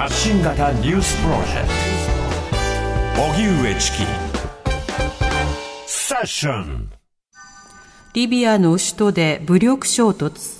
発信型ニュースプロジェクト荻上チキセッション。 リビアの首都で武力衝突。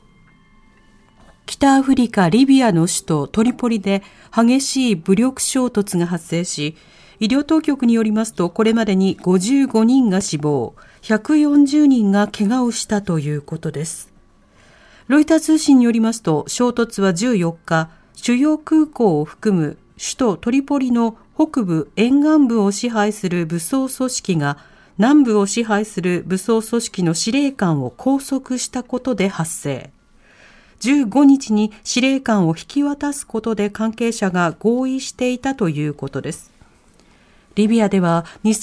北アフリカリビアの首都トリポリで激しい武力衝突が発生し、医療当局によりますとこれまでに55人が死亡、140人が怪我をしたということです。ロイター通信によりますと、衝突は14日、主要空港を含む首都トリポリの北部沿岸部を支配する武装組織が南部を支配する武装組織の司令官を拘束したことで発生。15日に司令官を引き渡すことで関係者が合意していたということです。リビアでは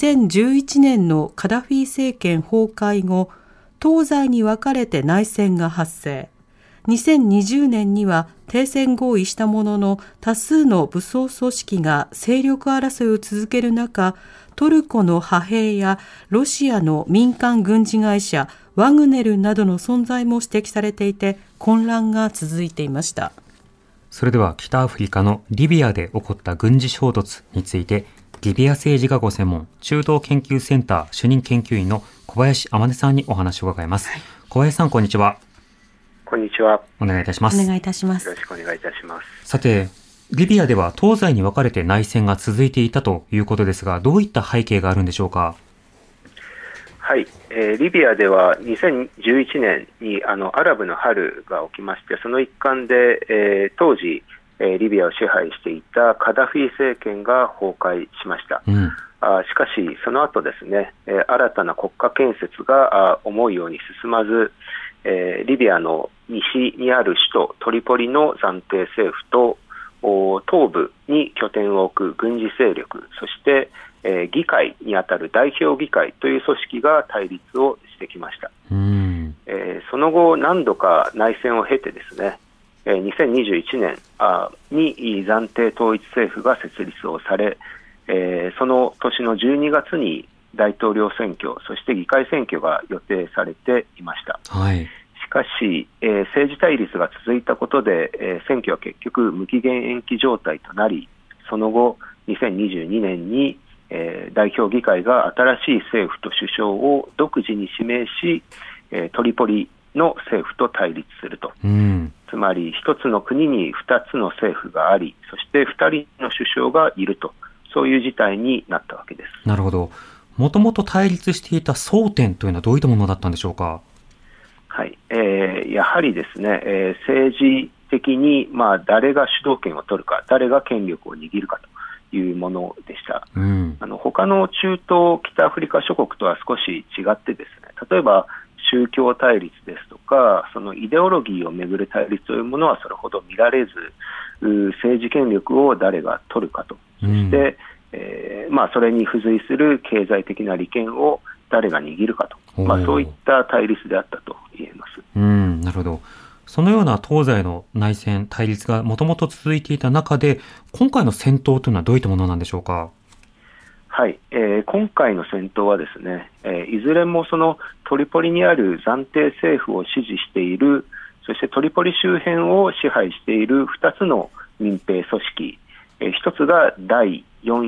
2011年のカダフィ政権崩壊後、東西に分かれて内戦が発生。2020年には停戦合意したものの、多数の武装組織が勢力争いを続ける中、トルコの派兵やロシアの民間軍事会社ワグネルなどの存在も指摘されていて、混乱が続いていました。 それでは北アフリカのリビアで起こった軍事衝突について、リビア政治がご専門、中東研究センター主任研究員の小林天音さんにお話を伺います。小林さん、こんにちは。 こんにちは。 お願いいたします。 お願いいたします。 よろしくお願いいたします。 さて、リビアでは東西に分かれて内戦が続いていたということですが、どういった背景があるんでしょうか。 はい、リビアでは2011年にアラブの春が起きまして、その一環で、当時、リビアを支配していたカダフィ政権が崩壊しました。しかしその後ですね、新たな国家建設が思うように進まず、リビアの西にある首都トリポリの暫定政府と東部に拠点を置く軍事勢力、そして、議会にあたる代表議会という組織が対立をしてきました。その後何度か内戦を経てですね、2021年に暫定統一政府が設立をされ、その年の12月に大統領選挙、そして議会選挙が予定されていました。しかし、政治対立が続いたことで、選挙は結局無期限延期状態となり、その後2022年に、代表議会が新しい政府と首相を独自に指名し、トリポリの政府と対立すると、つまり一つの国に二つの政府があり、そして二人の首相がいると、そういう事態になったわけです。 なるほど。もともと対立していた争点というのはどういったものだったんでしょうか。 はい、やはりですね、政治的に、誰が主導権を取るか、誰が権力を握るかというものでした。他の中東北アフリカ諸国とは少し違ってですね、例えば宗教対立ですとか、そのイデオロギーをめぐる対立というものはそれほど見られず、政治権力を誰が取るかと、そして、それに付随する経済的な利権を誰が握るかと、そういった対立であったと言えます。 なるほど。そのような東西の内戦対立がもともと続いていた中で、今回の戦闘というのはどういったものなんでしょうか。 はい、今回の戦闘はですね、いずれもそのトリポリにある暫定政府を支持している、そしてトリポリ周辺を支配している2つの民兵組織、一つが第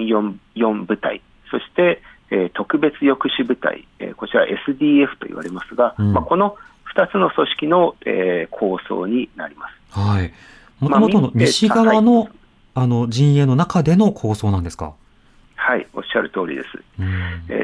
444部隊、そして、特別抑止部隊、こちら SDF と言われますが、この2つの組織の、構想になります。 もともとの西側の、陣営の中での構想なんですか。 はい、おっしゃる通りです。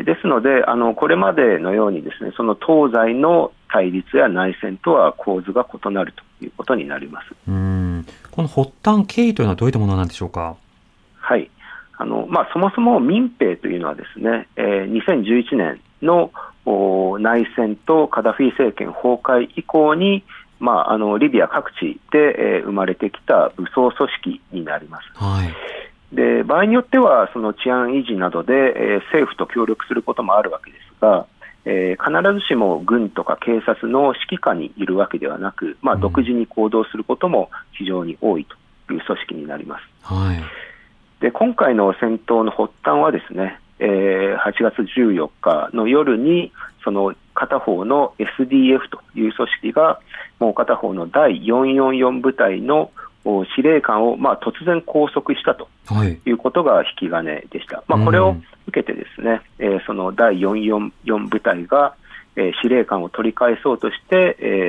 ですのでこれまでのようにですね、その東西の対立や内戦とは構図が異なるということになります。 この発端経緯というのはどういったものなんでしょうか。 はい、そもそも民兵というのはですね、2011年の内戦とカダフィ政権崩壊以降に、リビア各地で、生まれてきた武装組織になります。で、場合によってはその治安維持などで、政府と協力することもあるわけですが、必ずしも軍とか警察の指揮下にいるわけではなく、独自に行動することも非常に多いという組織になります。で、今回の戦闘の発端はですね、8月14日の夜にその片方の SDF という組織がもう片方の第444部隊の司令官を突然拘束したということが引き金でした。これを受けてですね、その第444部隊が、司令官を取り返そうとして、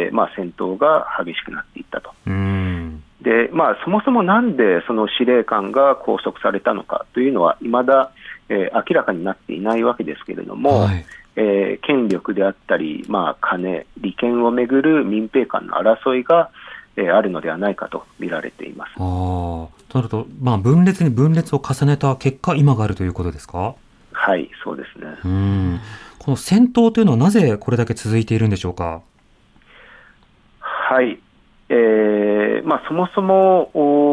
戦闘が激しくなっていったと。でそもそもなんでその司令官が拘束されたのかというのは未だ、明らかになっていないわけですけれども、権力であったり、金、利権をめぐる民兵間の争いが、あるのではないかと見られています。 となると、分裂に分裂を重ねた結果、今があるということですか？ はい、そうですね。 この戦闘というのはなぜこれだけ続いているんでしょうか？ はい、そもそも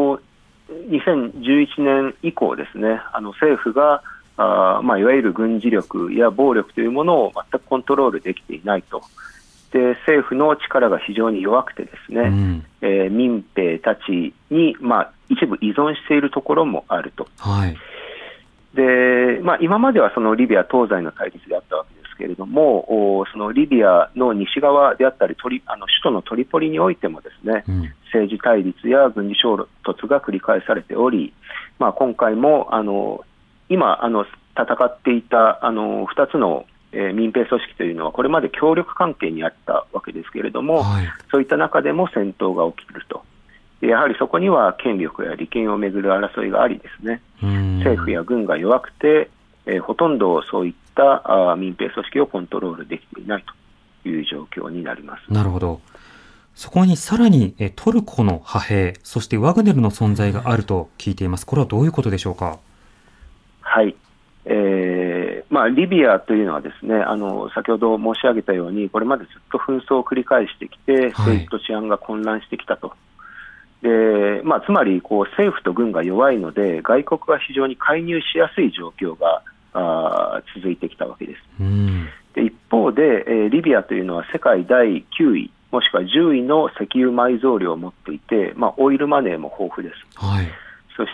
2011年以降ですね、政府がいわゆる軍事力や暴力というものを全くコントロールできていないと。で政府の力が非常に弱くてですね、民兵たちに、一部依存しているところもあると。で今まではそのリビア東西の対立であったわけですけれども、そのリビアの西側であったり首都のトリポリにおいてもですね、政治対立や軍事衝突が繰り返されており、今回も今戦っていた2つの民兵組織というのはこれまで協力関係にあったわけですけれども、そういった中でも戦闘が起きると。やはりそこには権力や利権をめぐる争いがありですね、政府や軍が弱くて、ほとんどそういった民兵組織をコントロールできていないという状況になります。 なるほど。そこにさらにトルコの派兵、そしてワグネルの存在があると聞いています。これはどういうことでしょうか？ はい、リビアというのはですね、先ほど申し上げたようにこれまでずっと紛争を繰り返してきて、政治と治安が混乱してきたと。でつまり政府と軍が弱いので外国が非常に介入しやすい状況が続いてきたわけです。で一方で、リビアというのは世界第9位もしくは10位の石油埋蔵量を持っていて、オイルマネーも豊富です。そして、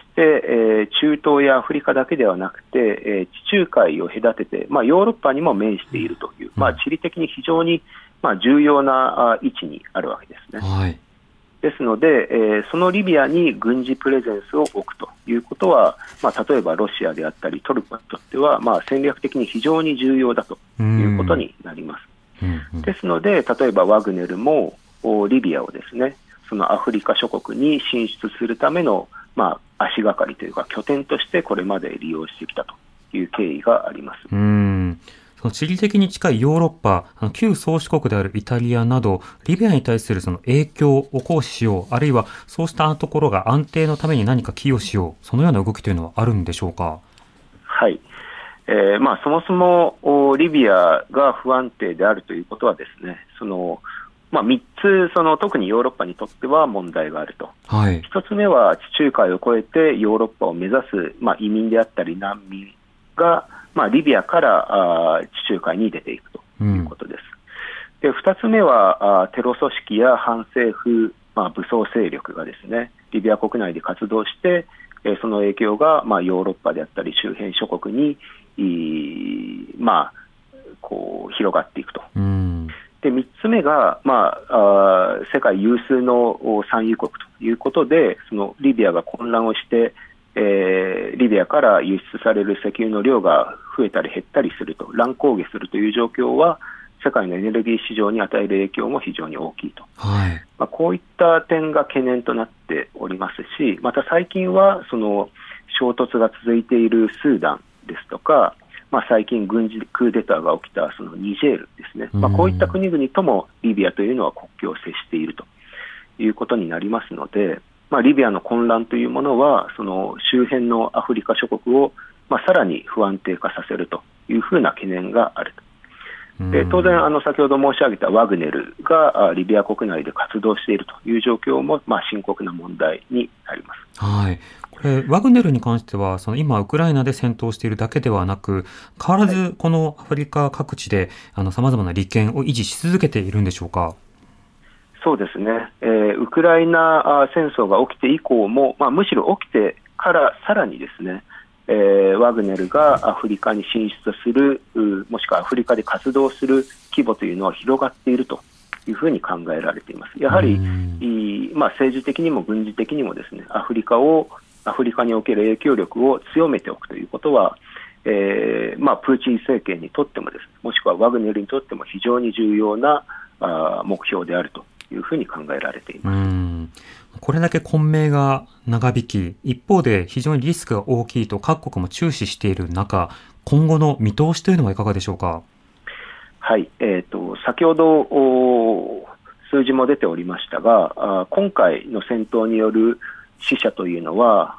中東やアフリカだけではなくて、地中海を隔てて、ヨーロッパにも面しているという、地理的に非常に、重要な位置にあるわけですね。ですので、そのリビアに軍事プレゼンスを置くということは、例えばロシアであったりトルコにとっては、戦略的に非常に重要だということになります。ですので、例えばワグネルもリビアをですね、そのアフリカ諸国に進出するための、足がかりというか拠点としてこれまで利用してきたという経緯があります。 その地理的に近いヨーロッパ、旧宗主国であるイタリアなど、リビアに対するその影響を行使しよう、あるいはそうしたところが安定のために何か寄与しよう、そのような動きというのはあるんでしょうか？ はい、そもそもリビアが不安定であるということはですね、3つ特にヨーロッパにとっては問題があると。1つ目は地中海を越えてヨーロッパを目指す、移民であったり難民がリビアから地中海に出ていくということです。で2つ目はテロ組織や反政府、武装勢力がですね、リビア国内で活動して、その影響がヨーロッパであったり周辺諸国に広がっていくと。で3つ目が、世界有数の産油国ということで、そのリビアが混乱をして、リビアから輸出される石油の量が増えたり減ったりすると、乱高下するという状況は世界のエネルギー市場に与える影響も非常に大きいと。こういった点が懸念となっておりますし、また最近はその衝突が続いているスーダンですとか、最近軍事クーデターが起きたそのニジェールですね、こういった国々ともリビアというのは国境を接しているということになりますので、リビアの混乱というものはその周辺のアフリカ諸国をさらに不安定化させるというふうな懸念があると。で当然先ほど申し上げたワグネルがリビア国内で活動しているという状況も深刻な問題になります。 これワグネルに関してはその今ウクライナで戦闘しているだけではなく、変わらずこのアフリカ各地で様々な利権を維持し続けているんでしょうか？ そうですね、ウクライナ戦争が起きて以降も、むしろ起きてからさらにですね、ワグネルがアフリカに進出する、もしくはアフリカで活動する規模というのは広がっているというふうに考えられています。やはり、政治的にも軍事的にもですね、アフリカにおける影響力を強めておくということは、プーチン政権にとってもですね、もしくはワグネルにとっても非常に重要な目標であるというふうに考えられています。 これだけ混迷が長引き、一方で非常にリスクが大きいと各国も注視している中、今後の見通しというのはいかがでしょうか。 はい、先ほど数字も出ておりましたが、今回の戦闘による死者というのは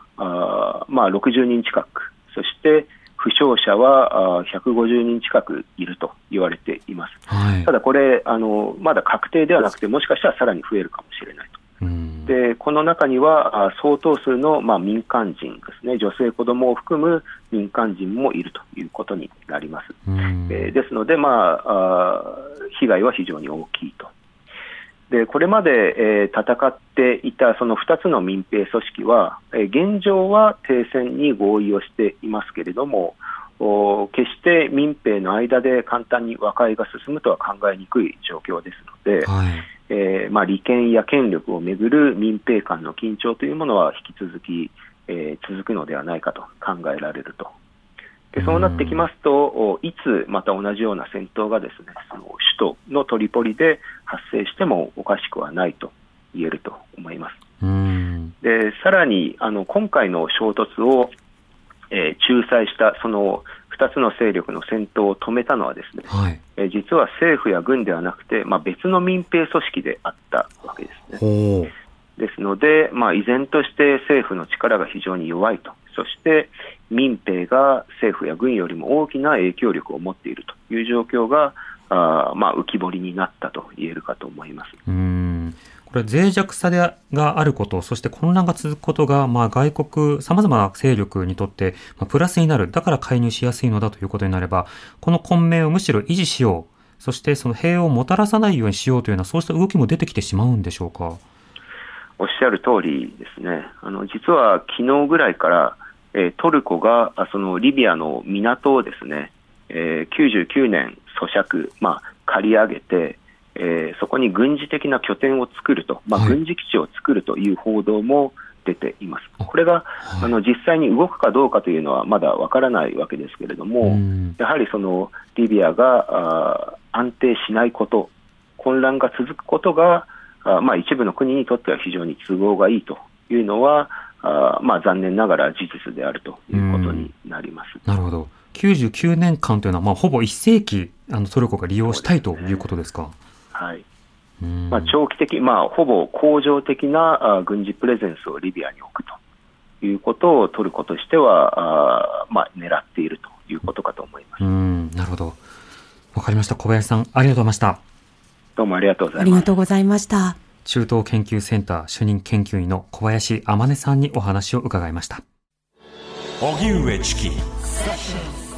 60人近く、そして負傷者は150人近くいると言われています。ただこれまだ確定ではなくて、もしかしたらさらに増えるかもしれないと。でこの中には相当数の民間人ですね、女性、子どもを含む民間人もいるということになります。ですので、被害は非常に大きいと。でこれまで、戦っていたその2つの民兵組織は、現状は停戦に合意をしていますけれども、決して民兵の間で簡単に和解が進むとは考えにくい状況ですので、利権や権力をめぐる民兵間の緊張というものは引き続き、続くのではないかと考えられると。でそうなってきますと、いつまた同じような戦闘がですね、その首都のトリポリで発生してもおかしくはないと言えると思います。でさらに今回の衝突を、仲裁したその2つの勢力の戦闘を止めたのはですね、実は政府や軍ではなくて、別の民兵組織であったわけですね。ですので、依然として政府の力が非常に弱いと、そして民兵が政府や軍よりも大きな影響力を持っているという状況が浮き彫りになったと言えるかと思います。 これ脆弱さがあること、そして混乱が続くことが、外国様々な勢力にとって、プラスになる、だから介入しやすいのだということになれば、この混迷をむしろ維持しよう、そしてその平和をもたらさないようにしようというような、そうした動きも出てきてしまうんでしょうか。 おっしゃる通りですね。実は昨日ぐらいからトルコがそのリビアの港をですね、99年租借、借り上げて、そこに軍事的な拠点を作ると、軍事基地を作るという報道も出ています。これが実際に動くかどうかというのはまだわからないわけですけれども、やはりそのリビアが安定しないこと、混乱が続くことが一部の国にとっては非常に都合がいいというのは残念ながら事実であるということになります。 なるほど。99年間というのは、ほぼ1世紀トルコが利用したいということですか。 はい。長期的、ほぼ恒常的な軍事プレゼンスをリビアに置くということをトルコとしては狙っているということかと思います。 なるほど。わかりました。小林さん、ありがとうございました。 どうもありがとうございます。 ありがとうございました。 中東研究センター主任研究員の小林天音さんにお話を伺いました。 荻上チキ